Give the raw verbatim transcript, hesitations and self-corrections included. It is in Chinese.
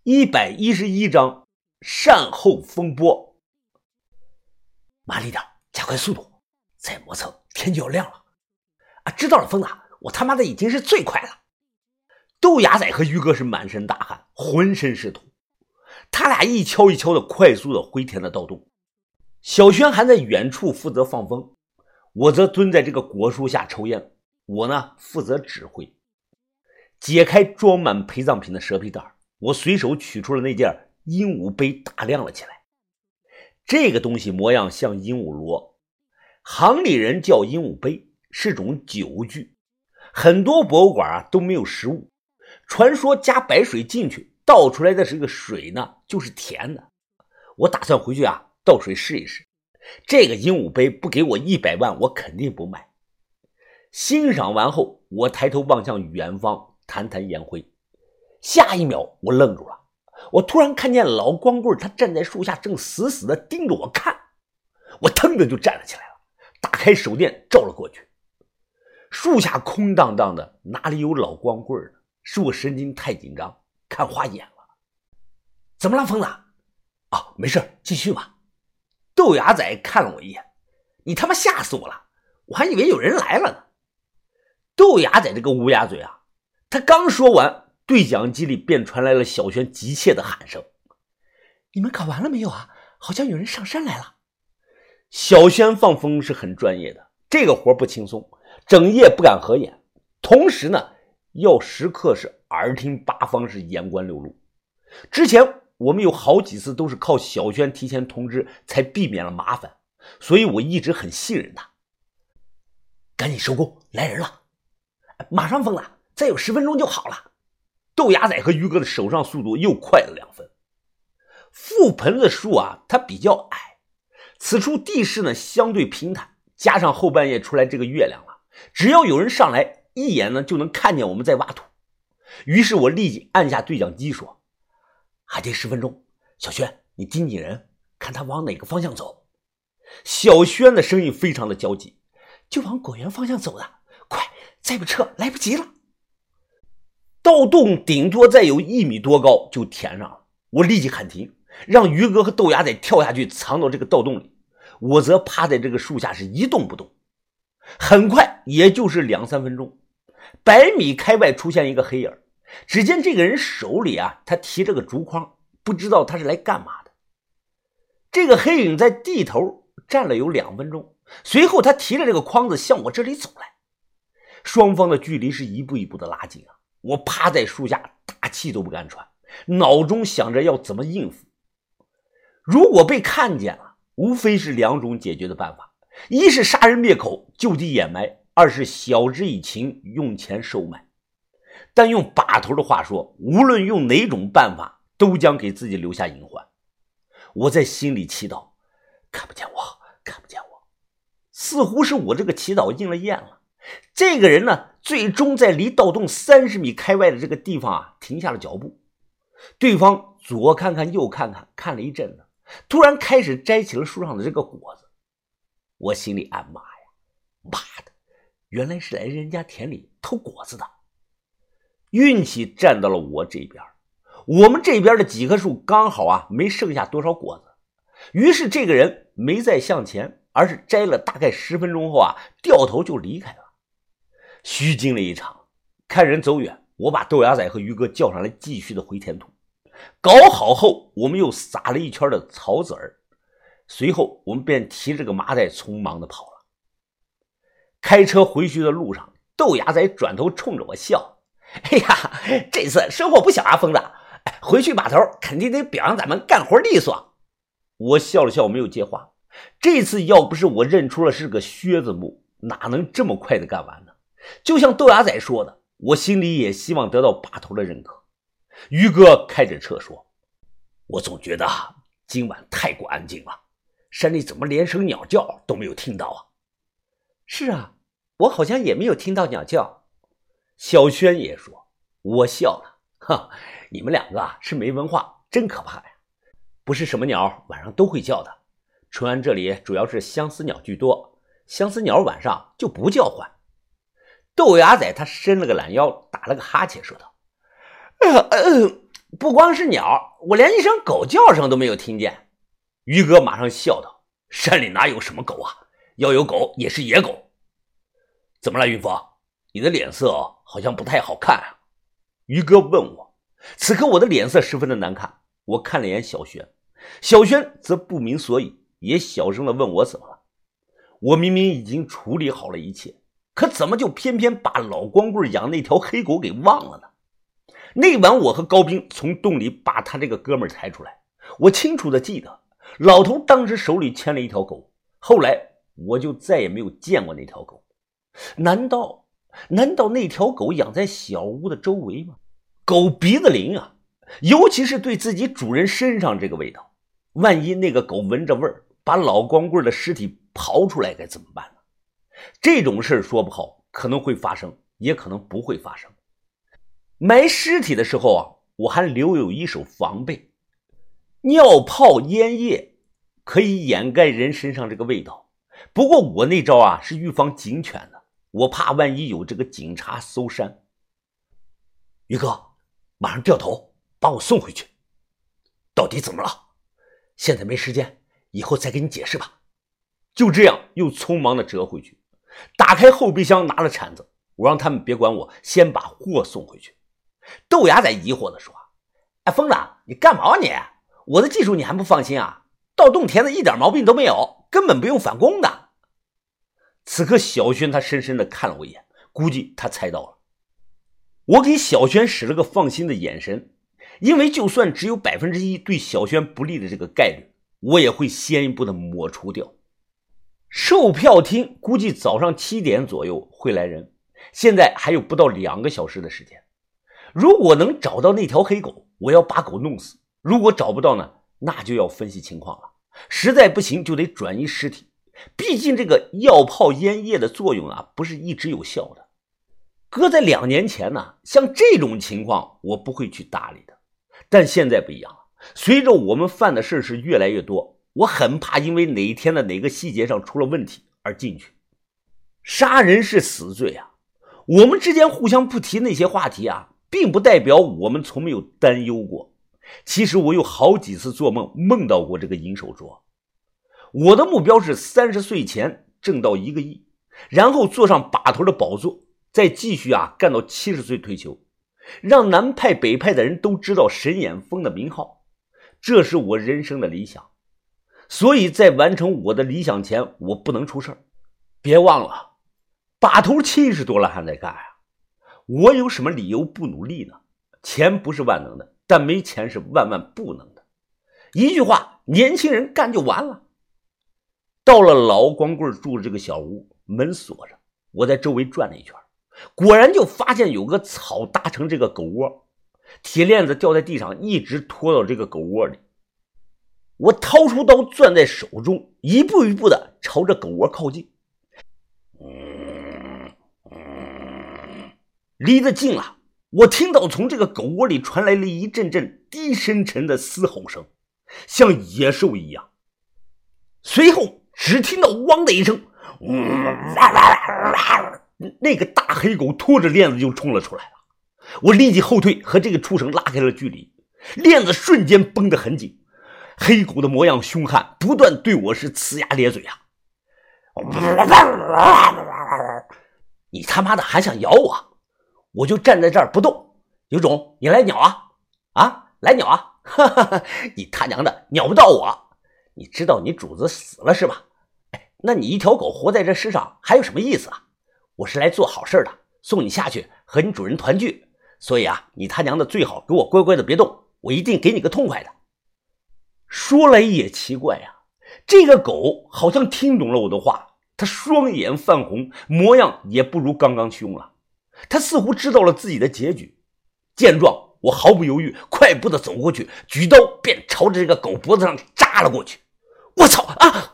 一百一十一章善后风波。慢力点，加快速度，再磨蹭天就要亮了。啊，知道了，疯子，我他妈的已经是最快了。豆芽仔和于哥是满身大汗，浑身是土，他俩一敲一敲的快速的回填的盗洞。小轩还在远处负责放风，我则蹲在这个果树下抽烟，我呢负责指挥。解开装满陪葬品的蛇皮袋，我随手取出了那件鹦鹉杯，打量了起来。这个东西模样像鹦鹉螺，行里人叫鹦鹉杯，是种酒具，很多博物馆啊都没有实物。传说加白水进去倒出来的这个水呢就是甜的。我打算回去啊倒水试一试，这个鹦鹉杯不给我一百万我肯定不卖。欣赏完后，我抬头望向远方，弹弹烟灰。下一秒我愣住了，我突然看见老光棍他站在树下正死死地盯着我看。我腾的就站了起来了，打开手电照了过去。树下空荡荡的，哪里有老光棍呢？是我神经太紧张，看花眼了。怎么了，疯子？啊，没事，继续吧。豆芽仔看了我一眼，你他妈吓死我了，我还以为有人来了呢。豆芽仔这个乌鸦嘴啊，他刚说完，对讲机里便传来了小轩急切的喊声：你们搞完了没有啊？好像有人上山来了。小轩放风是很专业的，这个活不轻松，整夜不敢合眼，同时呢要时刻是耳听八方，是眼观六路。之前我们有好几次都是靠小轩提前通知才避免了麻烦，所以我一直很信任他。赶紧收工，来人了。马上疯了，再有十分钟就好了。豆芽仔和于哥的手上速度又快了两分。覆盆子树啊它比较矮，此处地势呢相对平坦，加上后半夜出来这个月亮了，只要有人上来一眼呢就能看见我们在挖土。于是我立即按下对讲机说：还得十分钟，小轩你盯紧人，看他往哪个方向走。小轩的声音非常的焦急：就往果园方向走的，快，再不撤来不及了。盗洞顶多再有一米多高就填上了，我立即喊停，让于哥和豆芽仔跳下去藏到这个盗洞里，我则趴在这个树下是一动不动。很快也就是两三分钟，百米开外出现一个黑影，只见这个人手里啊他提着个竹筐，不知道他是来干嘛的。这个黑影在地头站了有两分钟，随后他提着这个筐子向我这里走来，双方的距离是一步一步的拉近啊。我趴在树下大气都不敢喘，脑中想着要怎么应付。如果被看见了，无非是两种解决的办法，一是杀人灭口就地掩埋，二是晓之以情用钱收买。但用把头的话说，无论用哪种办法都将给自己留下隐患。我在心里祈祷，看不见我，看不见我。似乎是我这个祈祷应了验了，这个人呢最终在离盗洞三十米开外的这个地方啊停下了脚步。对方左看看右看看，看了一阵子，突然开始摘起了树上的这个果子。我心里暗骂呀，妈的，原来是来人家田里偷果子的。运气站到了我这边，我们这边的几棵树刚好啊没剩下多少果子，于是这个人没再向前，而是摘了大概十分钟后啊掉头就离开了。虚惊了一场，看人走远，我把豆芽仔和于哥叫上来继续的回填土。搞好后，我们又撒了一圈的草籽儿，随后我们便提着这个麻袋匆忙的跑了。开车回去的路上，豆芽仔转头冲着我笑：哎呀，这次收获不小啊，疯子，回去把头肯定得表扬咱们干活利索。我笑了笑没有接话，这次要不是我认出了是个靴子木，哪能这么快的干完呢？就像豆芽仔说的，我心里也希望得到把头的认可。于哥开着车说：我总觉得今晚太过安静了，山里怎么连声鸟叫都没有听到啊？是啊，我好像也没有听到鸟叫。小轩也说。我笑了，哈，你们两个啊是没文化，真可怕呀！不是什么鸟晚上都会叫的，淳安这里主要是相思鸟居多，相思鸟晚上就不叫唤。豆芽仔他伸了个懒腰，打了个哈欠，说道：呃呃， 不光是鸟，我连一声狗叫声都没有听见。于哥马上笑道：山里哪有什么狗啊，要有狗也是野狗。怎么了，云峰？你的脸色好像不太好看啊。于哥问我。此刻我的脸色十分的难看，我看了眼小轩，小轩则不明所以，也小声的问我怎么了。我明明已经处理好了一切，可怎么就偏偏把老光棍养那条黑狗给忘了呢？那晚我和高兵从洞里把他这个哥们儿抬出来，我清楚的记得老头当时手里牵了一条狗，后来我就再也没有见过那条狗。难道难道那条狗养在小屋的周围吗？狗鼻子灵啊，尤其是对自己主人身上这个味道，万一那个狗闻着味儿把老光棍的尸体刨出来该怎么办呢？这种事说不好，可能会发生，也可能不会发生。埋尸体的时候啊，我还留有一手防备，尿泡烟液可以掩盖人身上这个味道，不过我那招啊是预防警犬的，我怕万一有这个警察搜山。于哥，马上掉头把我送回去。到底怎么了？现在没时间，以后再给你解释吧。就这样又匆忙的折回去，打开后备箱拿了铲子，我让他们别管我，先把货送回去。豆芽仔疑惑的说：哎，疯子，你干嘛你？我的技术你还不放心啊？盗洞田的一点毛病都没有，根本不用返工的。此刻小轩他深深的看了我一眼，估计他猜到了。我给小轩使了个放心的眼神，因为就算只有百分之一对小轩不利的这个概率，我也会先一步的抹除掉。售票厅估计早上七点左右会来人，现在还有不到两个小时的时间。如果能找到那条黑狗，我要把狗弄死；如果找不到呢，那就要分析情况了。实在不行就得转移尸体，毕竟这个药泡烟液的作用啊，不是一直有效的。搁在两年前呢，像这种情况我不会去搭理的，但现在不一样了。随着我们犯的事是越来越多，我很怕因为哪一天的哪个细节上出了问题而进去。杀人是死罪啊，我们之间互相不提那些话题啊，并不代表我们从没有担忧过。其实我有好几次做梦梦到过这个银手镯。我的目标是三十岁前挣到一个亿，然后坐上把头的宝座，再继续啊干到七十岁退休，让南派北派的人都知道神眼峰的名号，这是我人生的理想。所以在完成我的理想前，我不能出事儿。别忘了，把头七十多了还在干啊，我有什么理由不努力呢？钱不是万能的，但没钱是万万不能的。一句话，年轻人干就完了。到了老光棍住的这个小屋，门锁着，我在周围转了一圈，果然就发现有个草搭成这个狗窝，铁链子掉在地上，一直拖到这个狗窝里。我掏出刀攥在手中，一步一步的朝着狗窝靠近。离得近了，我听到从这个狗窝里传来了一阵阵低深沉的嘶吼声，像野兽一样。随后只听到汪的一声，那个大黑狗拖着链子就冲了出来了。我立即后退，和这个畜生拉开了距离，链子瞬间绷得很紧。黑狗的模样凶悍，不断对我是呲牙咧嘴啊！你他妈的还想咬我？我就站在这儿不动。有种你来咬啊！啊，来咬啊！哈哈哈，你他娘的咬不到我！你知道你主子死了是吧？哎，那你一条狗活在这世上还有什么意思啊？我是来做好事的，送你下去和你主人团聚，所以啊，你他娘的最好给我乖乖的别动，我一定给你个痛快的。说来也奇怪啊，这个狗好像听懂了我的话，它双眼泛红，模样也不如刚刚凶了。它似乎知道了自己的结局。见状，我毫不犹豫，快步的走过去，举刀便朝着这个狗脖子上扎了过去。我操啊！